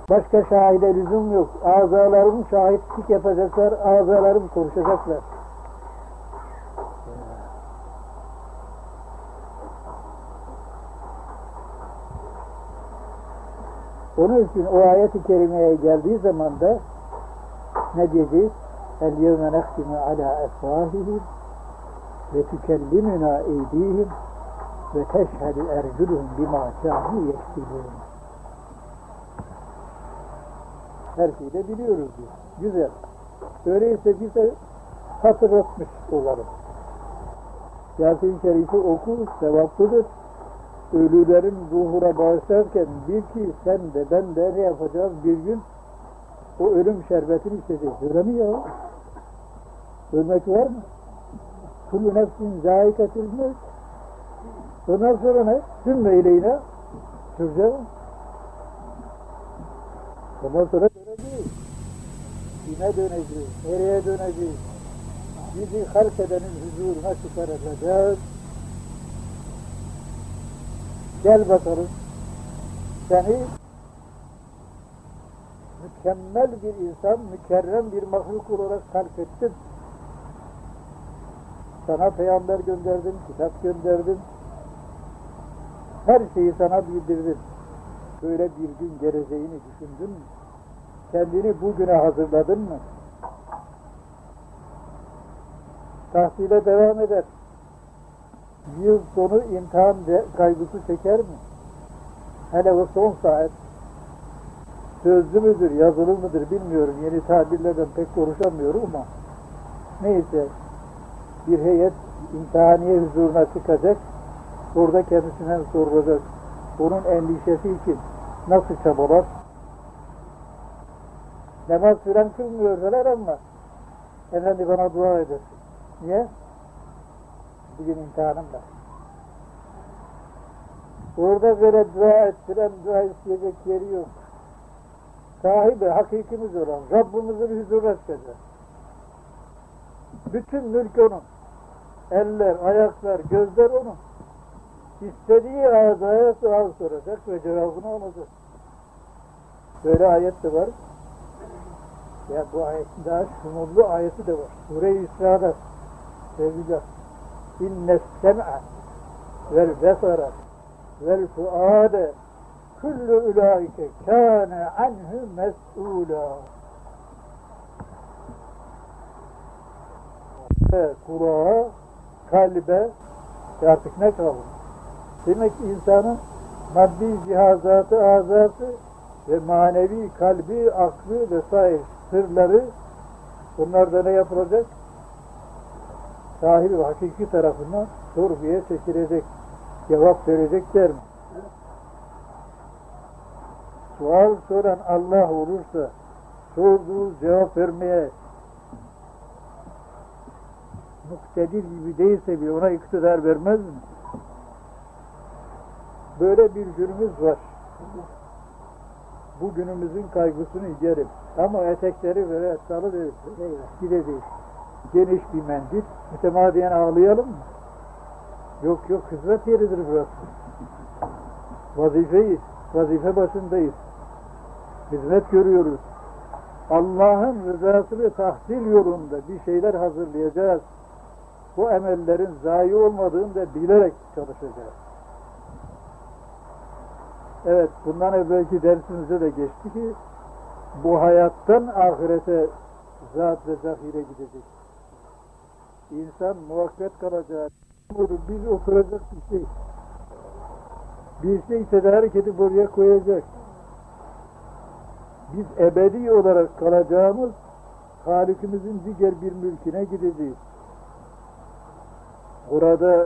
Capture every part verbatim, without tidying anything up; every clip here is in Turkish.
Başka şahide lüzum yok. Azalarım şahitlik yapacaklar, azalarım konuşacaklar. Onun için o ayet-i kerimeye geldiği zaman da ne diyeceğiz? اَلْيَوْمَ نَخْتِمُ عَلَى اَفْوَاهِهِمْ وَتُكَلِّمُنَا اَيْدِيهِمْ وَتَشْهَدُ اَرْجُلُهُمْ بِمَا كَانُوا يَكْسِبُونَ. Her şeyi de biliyoruz diyor. Güzel. Öyleyse bize hatırlatmış olalım. Yasin-i Şerif'i oku, sevaplıdır. Ölülerin ruhuna bağışlarken bil ki sen de ben de ne yapacağız bir gün o ölüm şerbetini içeceğiz. Öyle mi ya? Ölmek var mı? Kullu nefsin zâikatil mevt. Ondan sonra ne? Sümme ileyne süreceğiz. Ondan sonra döneceğiz. Kime döneceğiz? Nereye döneceğiz? Bizi halk edenin huzuruna çıkaracağız. Gel bakalım. Seni mükemmel bir insan, mükerrem bir mahluk olarak halk ettim. Sana peygamber gönderdim, kitap gönderdim. Her şeyi sana bildirdim. Böyle bir gün geleceğini düşündün mü? Kendini bugüne hazırladın mı? Tahsile devam eder. Yıl sonu imtihan kaygısı çeker mi? Hele o son saat sözlü müdür, yazılı mıdır bilmiyorum. Yeni tabirlerden pek konuşamıyorum ama neyse bir heyet imtihaniye huzuruna çıkacak. Orada kendisinden sorulacak. Onun endişesi için nasıl çabalar? Namaz filan kılmıyorlar ama efendi bana dua edersin. Niye? Bugün imtihanım var. Orada böyle dua ettiren, dua isteyecek yeri yok. Sahibi, hakikimiz olan Rabbimizin huzuruna çıkacak. Bütün mülk onun. Eller, ayaklar, gözler onun. İstediği azaya sual soracak ve cevabını alacak. Böyle ayet de var. Ya bu ayetin daha şumullu ayeti de var. Sure-i İsra'da sevgiler. İnne sem'a vel besara vel fuade kullu ulaike kâne anhu mes'ûlâ. Kulağa, kalbe artık ne kalır? Demek ki insanın maddi cihazatı, azatı ve manevi kalbi, aklı vesaire sırları bunlar da ne yapılacak? Sahibi ve hakiki tarafından sorguya çekilecek, cevap verecekler mi? Sual soran Allah olursa sorduğu cevap vermeye muktedir gibi değilse bile ona iktidar vermez mi? Böyle bir günümüz var. Bu günümüzün kaygısını yerim. Ama etekleri böyle salı verip gideceğiz. Geniş bir mendil. Mütemadiyen ağlayalım mı? Yok yok, hizmet yeridir burası. Vazifeyiz. Vazife başındayız. Hizmet görüyoruz. Allah'ın rızasını tahsil yolunda bir şeyler hazırlayacağız. Bu emellerin zayi olmadığını da bilerek çalışacağız. Evet, bundan evvelki dersimizde de geçti ki bu hayattan ahirete zat ve zahire gidecek. İnsan muvakkat kalacak. Biz oturacak bir şey. Bir şey tedarik edip oraya koyacak. Biz ebedi olarak kalacağımız Halikimizin diğer bir mülküne gideceğiz. Orada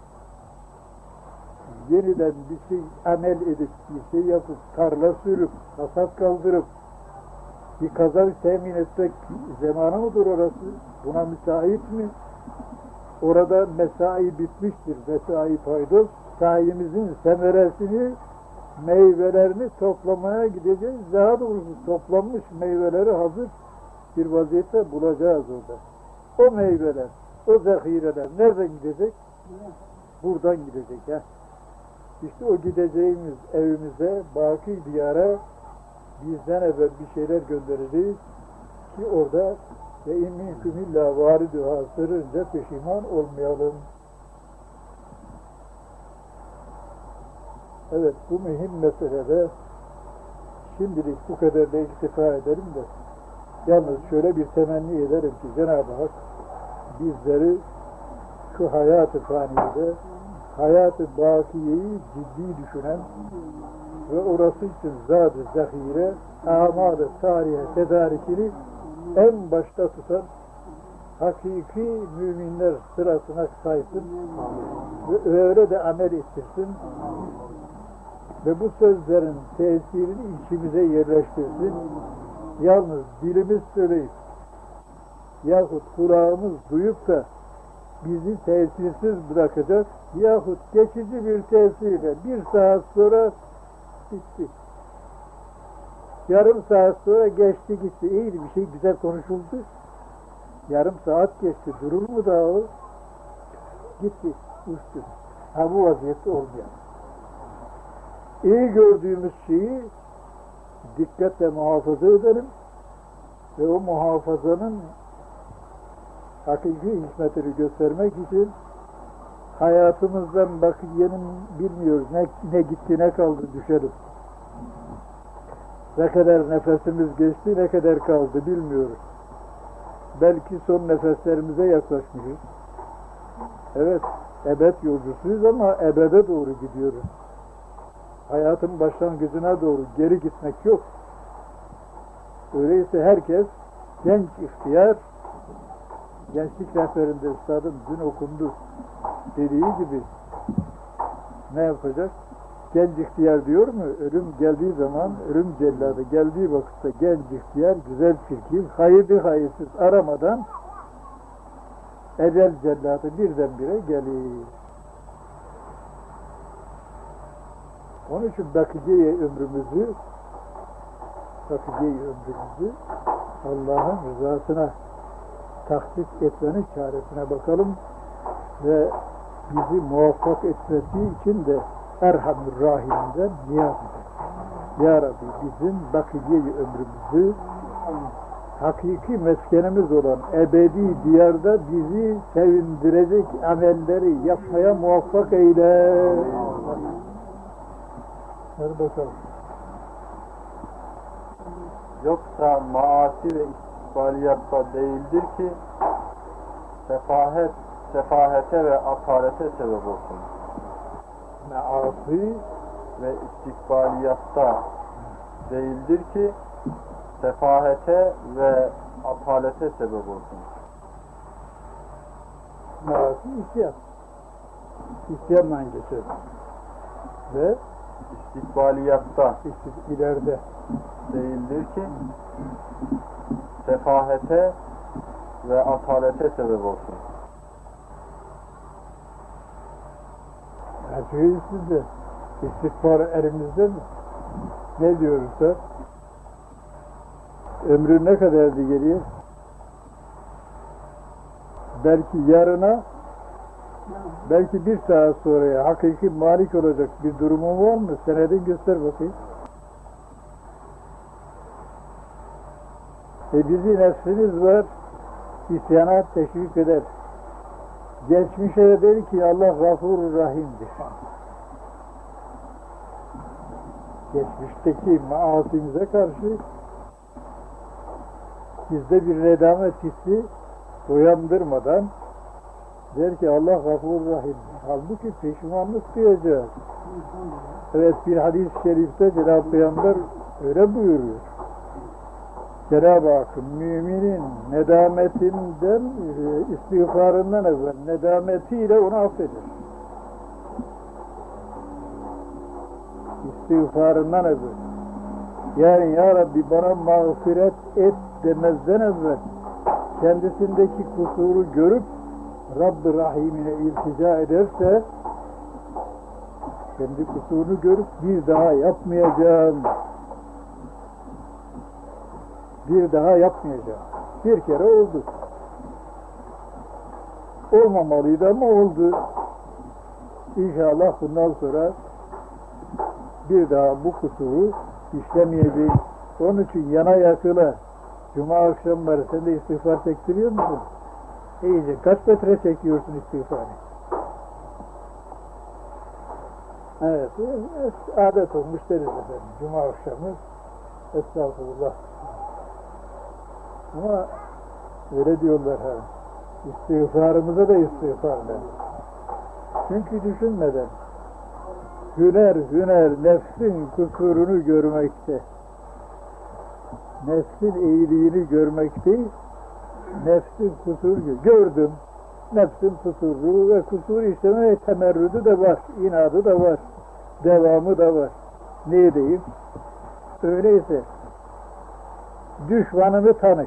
yeniden bir şey amel edip, bir şey yapıp, tarla sürüp, hasat kaldırıp, bir kazanç temin etmek zamanı mıdır orası? Buna müsait mi? Orada mesai bitmiştir, mesai paydos. Sayemizin semeresini, meyvelerini toplamaya gideceğiz. Daha doğrusu toplanmış meyveleri hazır bir vaziyette bulacağız orada. O meyveler, o zahireler nereden gidecek? Buradan gidecek. He. İşte o gideceğimiz evimize, baki diyara bizden evvel bir şeyler göndereceğiz ki orada ve in minkum illa variduha sırrınca peşiman olmayalım. Evet, bu mühim meselede şimdilik bu kadar da iktifa edelim de yalnız şöyle bir temenni ederim ki Cenab-ı Hak bizleri şu hayat-ı fanide hayat-ı bakiyeyi ciddi düşünen ve orası için zat-ı zahire amal-ı tarihe tedarikini en başta tutan hakiki müminler sırasına saysın ve öyle de amel ettirsin ve bu sözlerin tesirini içimize yerleştirsin. Yalnız dilimiz söyleyip yahut kulağımız duyup da bizi tesirsiz bırakacak yahut geçici bir tesirle bir saat sonra bitti. Yarım saat sonra geçti gitti. İyiydi, bir şey güzel konuşuldu. Yarım saat geçti. Durur mu daha o? Gitti, uçtu. Ha bu vaziyette olmayan. İyi gördüğümüz şeyi dikkatle muhafaza edelim ve o muhafazanın hakiki hikmetini göstermek için hayatımızdan bakiyenin bilmiyoruz. Ne, ne gitti ne kaldı düşelim. Ne kadar nefesimiz geçti ne kadar kaldı bilmiyoruz. Belki son nefeslerimize yaklaşmışız. Evet, ebed yolcusuyuz ama ebede doğru gidiyoruz. Hayatın başlangıcına doğru geri gitmek yok. Öyleyse herkes genç ihtiyar, gençlik rehberinde üstadın dün okundu dediği gibi ne yapacak? Genç ihtiyar diyor mu? Ölüm geldiği zaman, ölüm celladı geldiği vakitte genç ihtiyar, güzel çirkin, hayırlı hayırsız aramadan ecel celladı birdenbire gelir. Onun için bakiciye ömrümüzü bakiciye ömrümüzü Allah'ın rızasına tahsis etmenin çaresine bakalım ve bizi muvaffak etmesi için de Erhamur Rahim'den niyaz edelim. Ya Rabbi bizim bakiciye ömrümüzü hakiki meskenimiz olan ebedi diyarda bizi sevindirecek amelleri yapmaya muvaffak eyle. Hadi bakalım. Yoksa maasi ve istikbaliyatta değildir ki sefahet, sefahete ve asalete sebep olsun. Maasi ve istikbaliyatta değildir ki sefahete ve atalete sebep olsun. Maasi isyan. İsyanla geçer. Ve istikbaliyatta ileride değildir ki sefahete ve atalete sebep olsun. Her şey sizde. İstikbar elimizde mi? Ne diyoruz da? Ömrün ne kadardı geriye? Belki yarına, belki bir saat sonraya hakiki malik olacak bir durumun var mı? Senedin göster bakayım. E bizi nefsimiz var, isyana teşvik eder. Geçmişe de der ki Allah Gafur Rahim'dir. Geçmişteki maasimize karşı bizde bir nedamet hissi uyandırmadan der ki Allah Gafur Rahim. Halbuki pişmanlık duyacağız. Evet, bir hadis-i şerifte Cenab-ı Peygamber öyle buyuruyor. Cenab-ı Hak müminin nedametinden, istiğfarından evvel nedametiyle onu affeder. İstiğfarından evvel. Yani ya Rabbi bana mağfiret et demezden evvel kendisindeki kusuru görüp Rabb-ı Rahim'ine iltica ederse kendi kusurunu görüp bir daha yapmayacağım, bir daha yapmayacağım. Bir kere oldu. Olmamalıydı ama oldu. İnşallah bundan sonra bir daha bu kusuru işlemeyeceğim. Onun için yana yakıla cuma akşamları sen de istiğfar çektiriyor musun? İyice kaç metre çekiyorsun istiğfarı? Evet, adet olmuş deriz efendim. Cuma akşamı estağfurullah. Ama öyle diyorlar ha. İstiğfarımıza da istiğfar der. Çünkü düşünmeden hüner hüner nefsin kusurunu görmekte. Nefsin iyiliğini görmek değil, nefsin kusurunu gördüm. Nefsin kusurlu ve kusur işleme temerrüdü de var, inadı da var, devamı da var. Ne diyeyim? Öyleyse düşmanını tanı.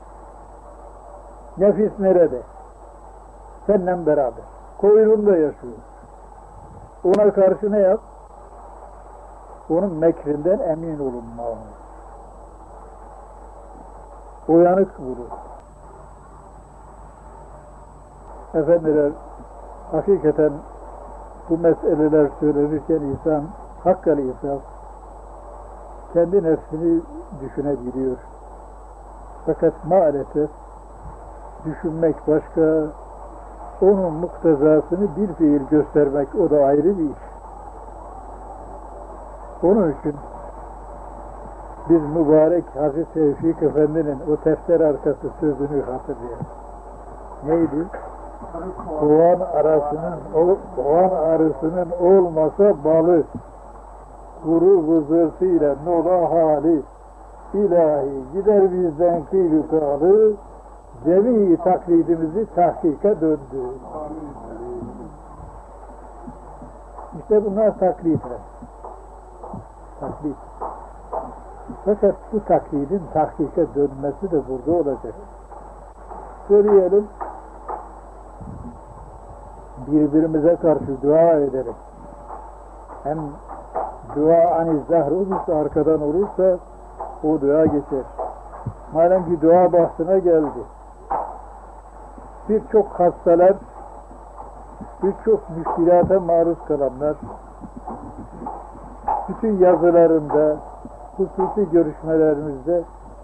Nefis nerede? Seninle beraber. Koynunda yaşıyor. Ona karşı ne yap? Onun mekrinden emin olunmalı. Uyanık bulur. Efendiler, hakikaten bu meseleler söylenirken insan, hakkıyla insan kendi nefsini düşünebiliyor. Fakat maalesef düşünmek başka, onun muktezasını bir fiil göstermek o da ayrı bir iş. Onun için biz mübarek Hazreti Tevfik Efendi'nin o tefter arkası sözünü hatırlayalım. Neydi? Kovan arasının, o kovan arısının olmasa balı, kuru vızırtıyla nola hali, ilahi gider bizden kıylı kalı, cemi taklidimizi tahkika döndü. İşte bunlar taklitler. Taklit. Fakat bu taklidin tahkika dönmesi de burada olacak. Söyleyelim, birbirimize karşı dua ederek, hem dua aniz-zahr olursa, arkadan olursa o dua geçer. Madem ki dua bahsine geldi, birçok hastalar, birçok müşkilata maruz kalanlar, bütün yazılarında, hususi görüşmelerimizde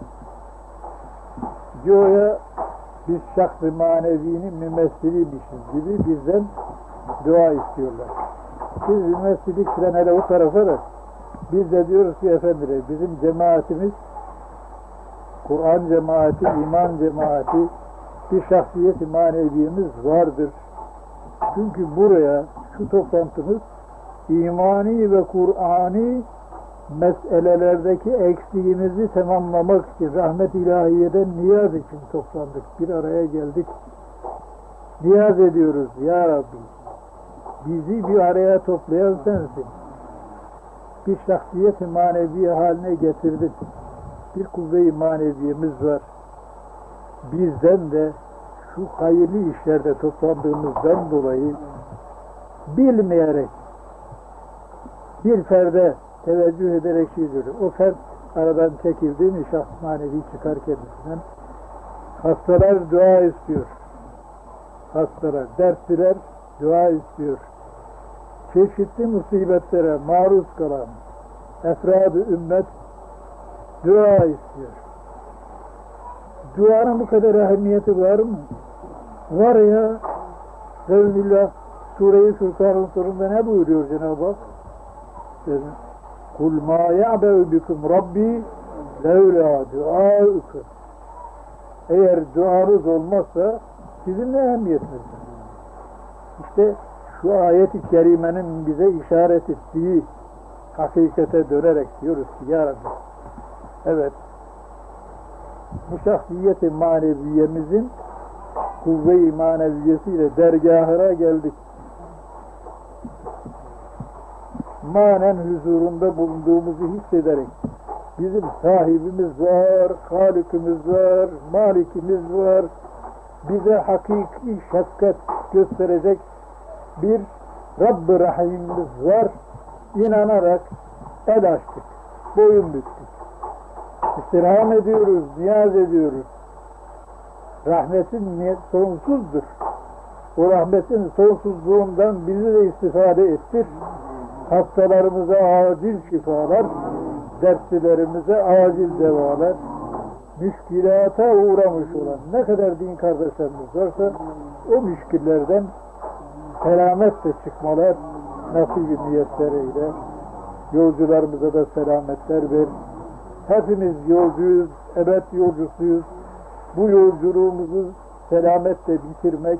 Diyo'ya biz şahs-ı manevinin mümessiliymişiz gibi bizden dua istiyorlar. Biz mümessili filan hele o tarafa da biz de diyoruz ki efendiler bizim cemaatimiz Kur'an cemaati, iman cemaati, bir şahsiyet-i maneviyemiz vardır. Çünkü buraya şu toplantımız imani ve Kur'ani meselelerdeki eksiğimizi tamamlamak için rahmet ilahiyeden niyaz için toplandık. Bir araya geldik. Niyaz ediyoruz ya Rabbi. Bizi bir araya toplayan sensin. Bir şahsiyet-i manevi haline getirdin. Bir kuvve-i maneviyemiz var. Bizden de şu hayırlı işlerde toplandığımızdan dolayı bilmeyerek bir ferde teveccüh ederek şey diyor. O fert aradan çekildi mi şahs manevi çıkar kendisinden. Hastalar dua istiyor. Hastalar, dertliler dua istiyor. Çeşitli musibetlere maruz kalan efrad-ı ümmet dua istiyor. Duanın bu kadar ehemmiyeti var mı? Var ya. Sevgillah Sure-i Furkan'ın sonunda ne buyuruyor Cenab-ı Hak? Kul ma ya'be'u bikum Rabbi levla dua'ukum. Eğer duanız olmazsa sizin ne ehemmiyetiniz var? İşte şu ayet-i kerimenin bize işaret ettiği hakikate dönerek diyoruz ki ya Rabbi, evet, bu şahsiyet-i maneviyemizin kuvve-i maneviyesiyle dergahına geldik. Manen huzurunda bulunduğumuzu hissederek bizim sahibimiz var, halikimiz var, malikimiz var, bize hakiki şefkat gösterecek bir Rabb-ı Rahim'imiz var. İnanarak el açtık, boyun büktük. İstirham ediyoruz, niyaz ediyoruz. Rahmetin sonsuzdur. O rahmetin sonsuzluğundan bizi de istifade ettir. Hastalarımıza acil şifalar, dertlilerimize acil devalar, müşkilata uğramış olan ne kadar din kardeşlerimiz varsa o müşkillerden selametle çıkmalar nasip-i niyetleriyle yolcularımıza da selametler ver. Hepimiz yolcuyuz, ebed yolcusuyuz. Bu yolculuğumuzu selametle bitirmek,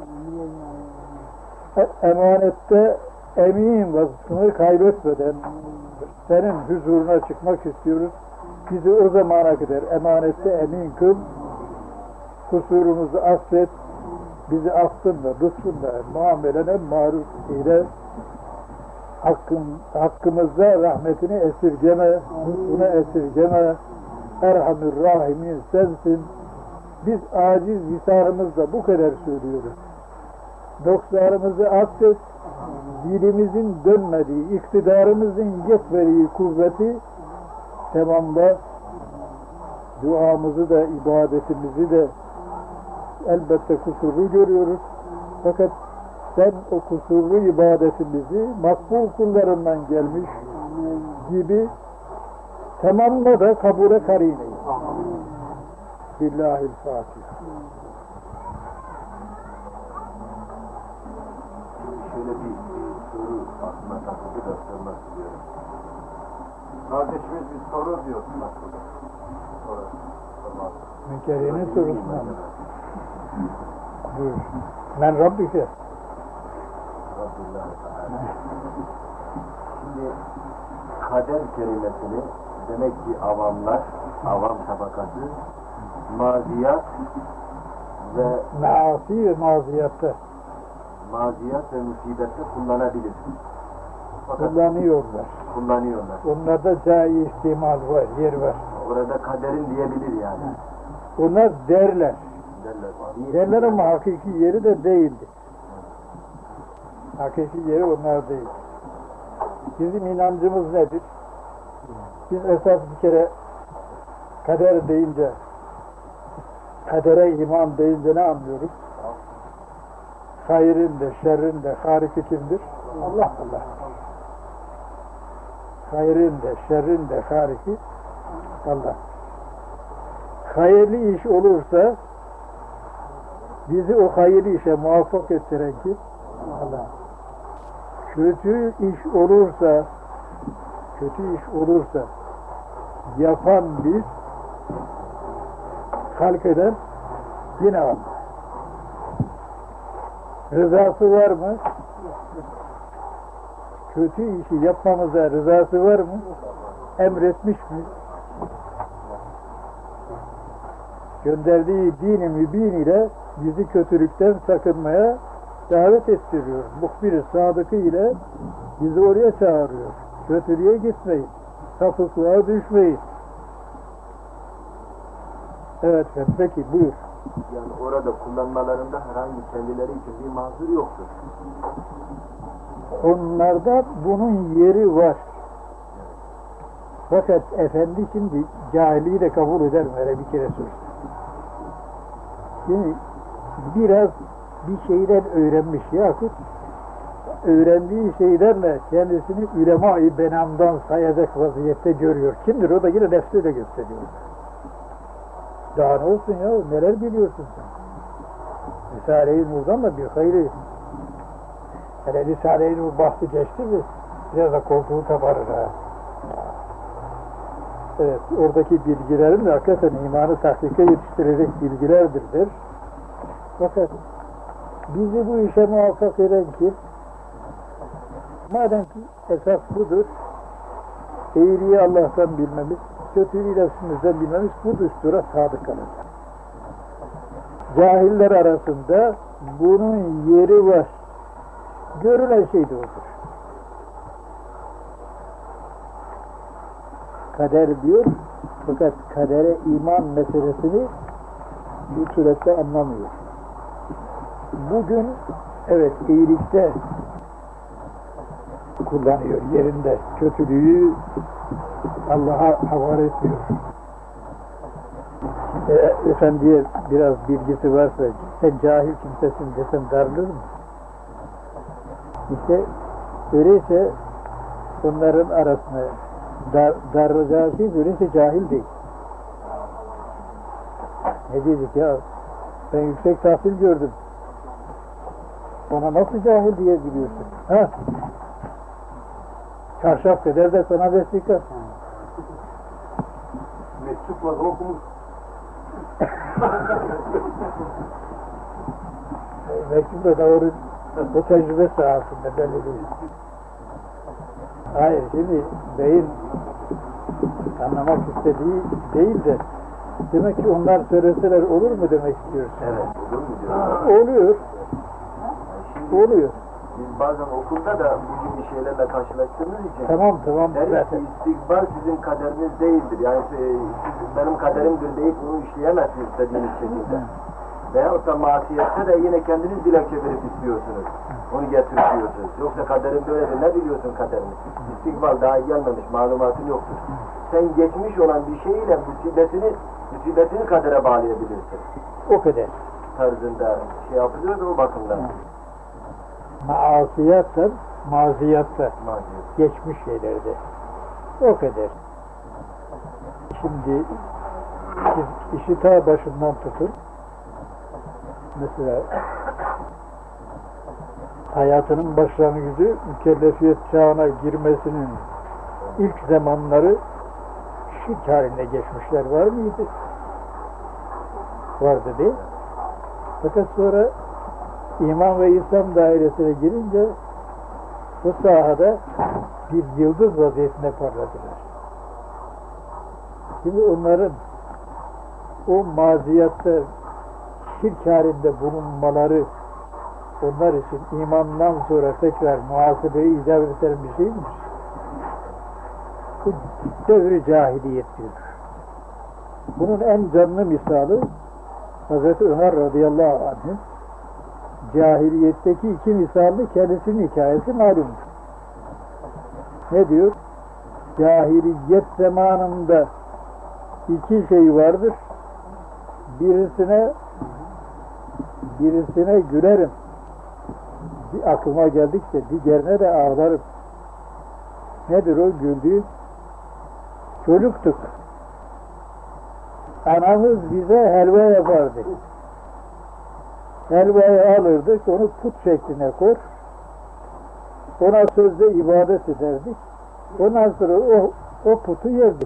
e- emanette emin vasfını kaybetmeden senin huzuruna çıkmak istiyoruz. Bizi o zamana kadar emanette emin kıl, kusurumuzu affet, bizi affınla, lütfunla, muamelene maruf eyle, hakkın, hakkımızda rahmetini esirgeme, lütfunu esirgeme, Erhamür Rahimin sensin. Biz aciz lisanımızla bu kadar söylüyoruz. Noksanımızı affet, dilimizin dönmediği, iktidarımızın yetmediği kuvveti tamamla, duamızı da, ibadetimizi de elbette kusurlu görüyoruz. Fakat sen o kusurlu ibadetimizi makbul kullarından gelmiş gibi tamamla da kabule karineyiz. Billahil-Fatiha. Şöyle bir soru aklına takıldı da sormak istiyorum. Kardeşimiz bir soru diyor aslında. Soru. Tamam. Münkerinin sorusundan. Buyur. Men Rabbike. Rabbullah Teala. Şimdi kader kelimesini demek ki avamlar, avam tabakası, maziyat ve Maasi ve maziyatta maziyat ve musibette kullanabilir. Fakat kullanıyorlar. kullanıyorlar. Onlarda caiz ihtimal var, yer var. Orada kaderin diyebilir yani. Onlar derler. Derler. Niye? Derler ama hakiki yeri de değildir. Hakiki yeri onlar değil. Bizim inancımız nedir? Biz esas bir kere kader deyince, kadere iman deyince ne anlıyoruz? Hayrın de, şerrin de, hariki kimdir? Allah Allah. Hayrın de, şerrin de, hariki Allah. Hayırlı iş olursa bizi o hayırlı işe muvaffak ettiren kim? Allah. Kötü iş olursa kötü iş olursa yapan biz, halk eden yine Allah. Rızası var mı? Kötü işi yapmamıza rızası var mı? Emretmiş mi? Gönderdiği din-i mübin ile bizi kötülükten sakınmaya davet ettiriyor. Muhbir-i sadıkı ile bizi oraya çağırıyor. Kötülüğe gitmeyin. Sapıklığa düşmeyin. Evet efendim, peki buyur. Yani orada kullanmalarında herhangi kendileri için bir mahzur yoktur. Onlarda bunun yeri var. Fakat efendi şimdi cahiliği de kabul eder mi? Öyle bir kere sorsun. Şimdi biraz bir şeyler öğrenmiş yahut öğrendiği şeylerle kendisini ulema-i benamdan sayacak vaziyette görüyor. Kimdir? O da yine nefsiyle gösteriyor. Daha ne olsun ya? Neler biliyorsun sen? Risale-i Nur'dan da bir hayli. Hele Risale-i Nur bahsi geçti mi biraz da koltuğu kabarır ha. Evet, oradaki bilgilerin de hakikaten imanı tahkike yetiştirecek bilgilerdir der. Fakat bizi bu işe muvaffak eden kim? Madem ki esas budur, iyiliği Allah'tan bilmemiz, kötülüğü nefsimizden bilmemiz, bu düstura sadık kalacak. Cahiller arasında bunun yeri var. Görülen şey de odur. Kader diyor, fakat kadere iman meselesini bu surette anlamıyor. Bugün evet iyilikte kullanıyor yerinde, kötülüğü Allah'a havale etmiyor. E, efendiye biraz bilgisi varsa sen cahil kimsesin desem darılır mı? İşte öyleyse onların arasına Dar, darracası öyleyse cahil değil. Ne dedik ya? Ben yüksek tahsil gördüm. Bana nasıl cahil diye biliyorsun? Ha? Çarşaf kadar da sana vesika. Mektupla da okumuş. Mektupla da o, o tecrübe sahasında belli değil. Hayır, şimdi beyin anlamak istediği değil de demek ki onlar söyleseler olur mu demek istiyorsun? Evet, olur mu diyorlar. Oluyor, Şimdi oluyor. biz bazen okulda da bu gibi şeylerle karşılaştığımız için Tamam tamam deriz zaten. ki istikbal sizin kaderiniz değildir. Yani e, siz benim kaderimdir deyip bunu işleyemezsiniz istediğiniz şekilde. Veyahut da masiyette de yine kendiniz dilekçe verip istiyorsunuz. Onu getiriyorsunuz. Yoksa kaderim böyledir. Ne biliyorsun kaderini? İstikbal daha gelmemiş, malumatın yoktur. Sen geçmiş olan bir şeyle musibetini, musibetini kadere bağlayabilirsin. O kadar. Tarzında şey yapılıyor da o bakımdan. Maasiyatta, maziyatta, Maziyet. geçmiş şeylerde. O kadar. Şimdi siz işi ta başından tutun. Mesela hayatının başlangıcı mükellefiyet çağına girmesinin ilk zamanları şirk halinde geçmişler var mıydı? Vardı değil. Fakat sonra iman ve İslam dairesine girince bu sahada bir yıldız vaziyetine parladılar. Şimdi onların o maziyatta şirk halinde bulunmaları onlar için imandan sonra tekrar muhasebeyi icap eden bir şey mi? Bu devri cahiliyet diyor. Bunun en canlı misali Hazreti Ömer radıyallahu anh'ın cahiliyetteki iki misalli kendisinin hikayesi malumdur. Ne diyor? Cahiliyet zamanında iki şey vardır. Birisine birisine gülerim. Bir aklıma geldikçe diğerine de ağlarım. Nedir o güldüğüm? Çocuktuk. Anamız bize helva yapardı. Helvayı alırdık, onu put şekline kor. Ona sözde ibadet ederdik. Ondan sonra o, o putu yerdik.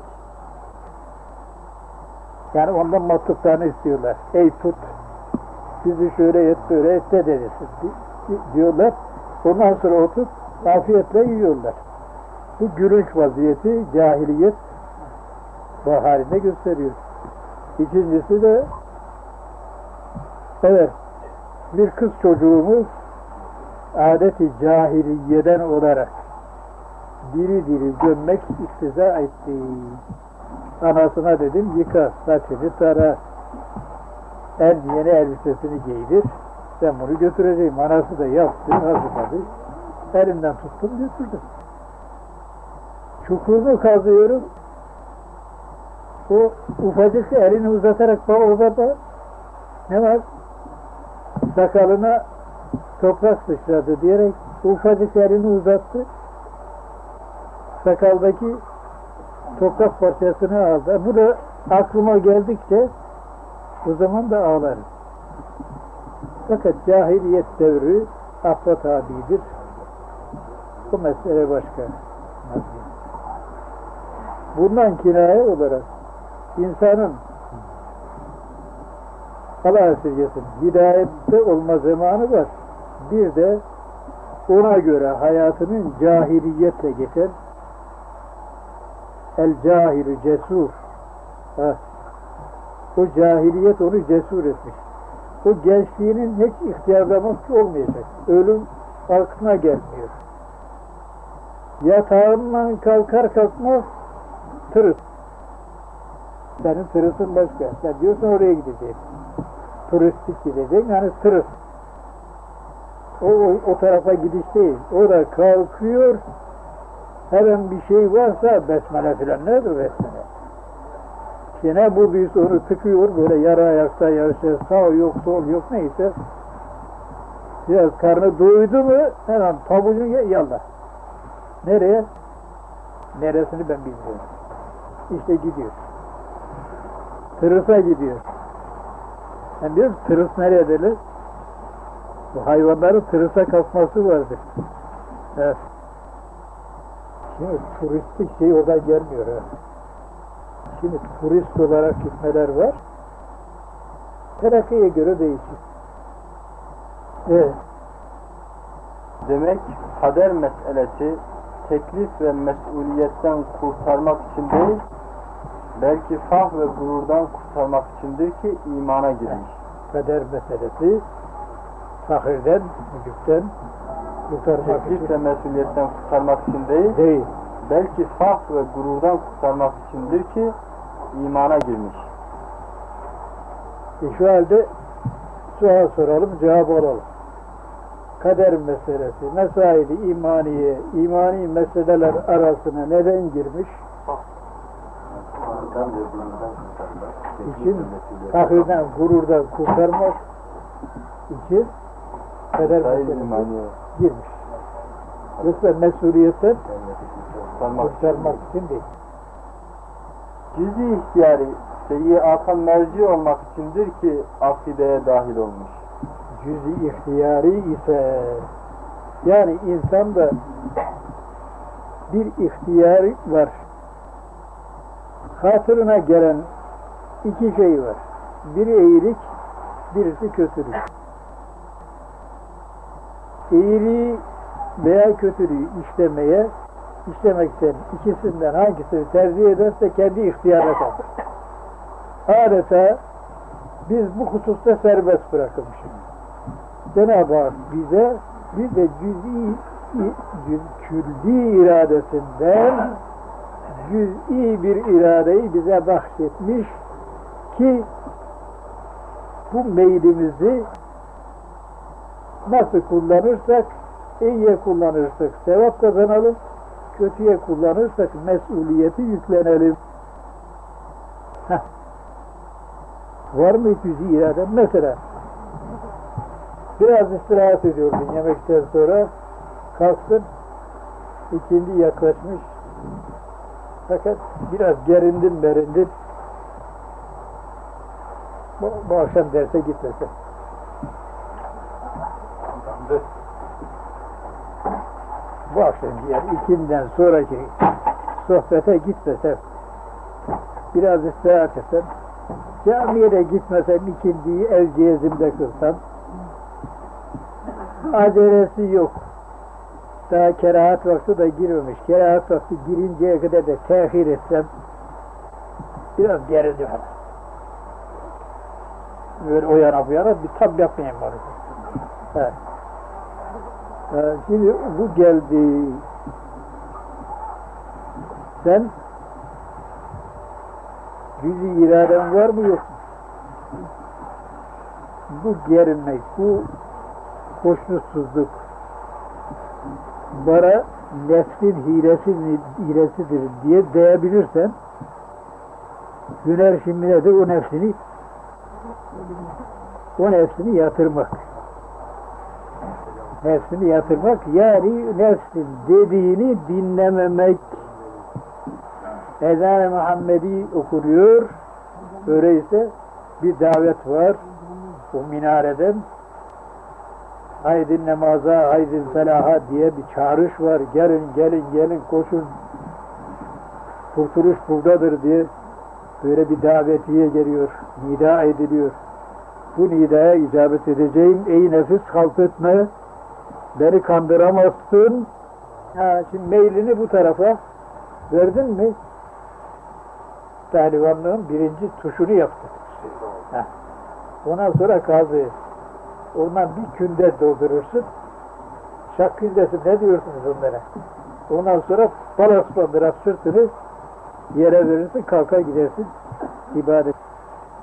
Yani ondan matluplarını istiyorlar. Ey put, bizi şöyle et, böyle et de denilsin diyorlar. Ondan sonra oturup afiyetle yiyorlar. Bu gülünç vaziyeti cahiliyet baharinde gösteriyor. İkincisi de evet, bir kız çocuğumuz adeti cahiliyeden olarak diri diri gömmek iktiza etti. Anasına dedim yıka, saçını tara, en yeni elbisesini giydir, ben bunu götüreceğim. Anası da yaptı, hazırladı. Elimden tuttum götürdüm. Çukurunu kazıyorum. O ufacık elini uzatarak baba baba ne var? Sakalına toprak sıçradı diyerek ufacık elini uzattı. Sakaldaki toprak parçasını aldı. Bu da aklıma geldikçe o zaman da ağlarım. Fakat cahiliyet devri affa tabidir. Bu mesele başka. Bundan kinaye olarak insanın Allah esirgesin hidayette olma zamanı var. Bir de ona göre hayatının cahiliyetle geçen el cahilü cesur. Ha. O cahiliyet onu cesur etmiş. O gençliğinin hiç ihtiyarlaması olmayacak. Ölüm aklına gelmiyor. Yatağından kalkar kalkmaz tırıs. Senin tırısın başka. Sen diyorsun oraya gideceksin. Turistik gideceksin. Yani tırıs. O, o, o tarafa gidiş değil. O da kalkıyor. Hemen bir şey varsa besmele filan nedir besmele? Yine bulduysa onu tıkıyor. Böyle yarı ayakta yarışıyor. Sağ yok sol yok neyse. Biraz karnı doydu mu hemen pabucunu yallah. Nereye? Neresini ben bilmiyorum. İşte gidiyor. Tırıs'a gidiyor. Yani diyoruz tırıs neredeler? Bu hayvanların tırısa kalkması vardır. Evet. Şimdi turistik şey oradan gelmiyor. Ha. Şimdi turist olarak gitmeler var. Terakkiye göre değişir. Evet. Demek kader meselesi teklif ve mesuliyetten kurtarmak için değil, belki fah ve gururdan kurtarmak içindir ki imana girmiş. Kader meselesi fakirden, mücükten kurtarmak Teklif için ve mesuliyetten kurtarmak için değil, değil. belki fah ve gururdan kurtarmak içindir ki imana girmiş. E şu halde sual soralım, cevap alalım. Kader meselesi, mesaili imaniye, imani meseleler arasına neden girmiş? İçin fakirden, gururdan kurtarmak için kader meselesi girmiş. Yoksa mesuliyetten kurtarmak için değil. Cüz-i ihtiyari seyyiata merci olmak içindir ki akideye dahil olmuş. Cüz-i ihtiyari ise yani insanda bir ihtiyar var. Hatırına gelen iki şey var. Biri iyilik, birisi kötülük. İyiliği veya kötülüğü işlemeye, işlemekten ikisinden hangisini tercih ederse kendi ihtiyarına kalır. Adeta biz bu hususta serbest bırakılmışız. Cenab-ı Hak bize bir de cüz'i cüz, külli iradesinden cüz'i bir iradeyi bize bahşetmiş ki bu meylimizi nasıl kullanırsak iyiye kullanırsak sevap kazanalım, kötüye kullanırsak mesuliyeti yüklenelim. Heh. Var mı cüz'i irade? Mesela biraz istirahat ediyordun yemekten sonra, kalktın, ikindi yaklaşmış, fakat biraz gerindin merindin, bu, bu akşam derse gitmesen. Bu akşam yani ikinden sonraki sohbete gitmesen, biraz istirahat etsen, camiye de gitmesen, ikindiyi ev cihazımda kılsan, acelesi yok. Daha kerahat vakti de girmemiş. Kerahat vakti girinceye kadar da tehir etsem biraz geridim. Böyle o yana bu yana bir tab yapmayayım bari. Evet. Ee, şimdi bu geldi. Sen cüz-i iraden var mı yok mu? Bu gerilmek, bu hoşnutsuzluk bana nefsin hilesi, hilesidir diye diyebilirsen hüner şimdine de o nefsini o nefsini yatırmak nefsini yatırmak yani nefsin dediğini dinlememek. Ezan-ı Muhammedi okunuyor, öyleyse bir davet var o minareden, haydin namaza, haydin felaha diye bir çağrış var. Gelin, gelin, gelin, koşun. Kurtuluş buradadır diye böyle bir davetiye geliyor. Nida ediliyor. Bu nidaya icabet edeceğim. Ey nefis halt etme. Beni kandıramazsın. Ha, şimdi meylini bu tarafa verdin mi? Pehlivanlığın birinci tuşunu yaptın. Ha. Ondan sonra kazı. Ondan bir künde doldurursun. Şak kündesi ne diyorsunuz onlara? Ondan sonra balaslandıra sırtını yere verirsin, kalkar gidersin. İbadet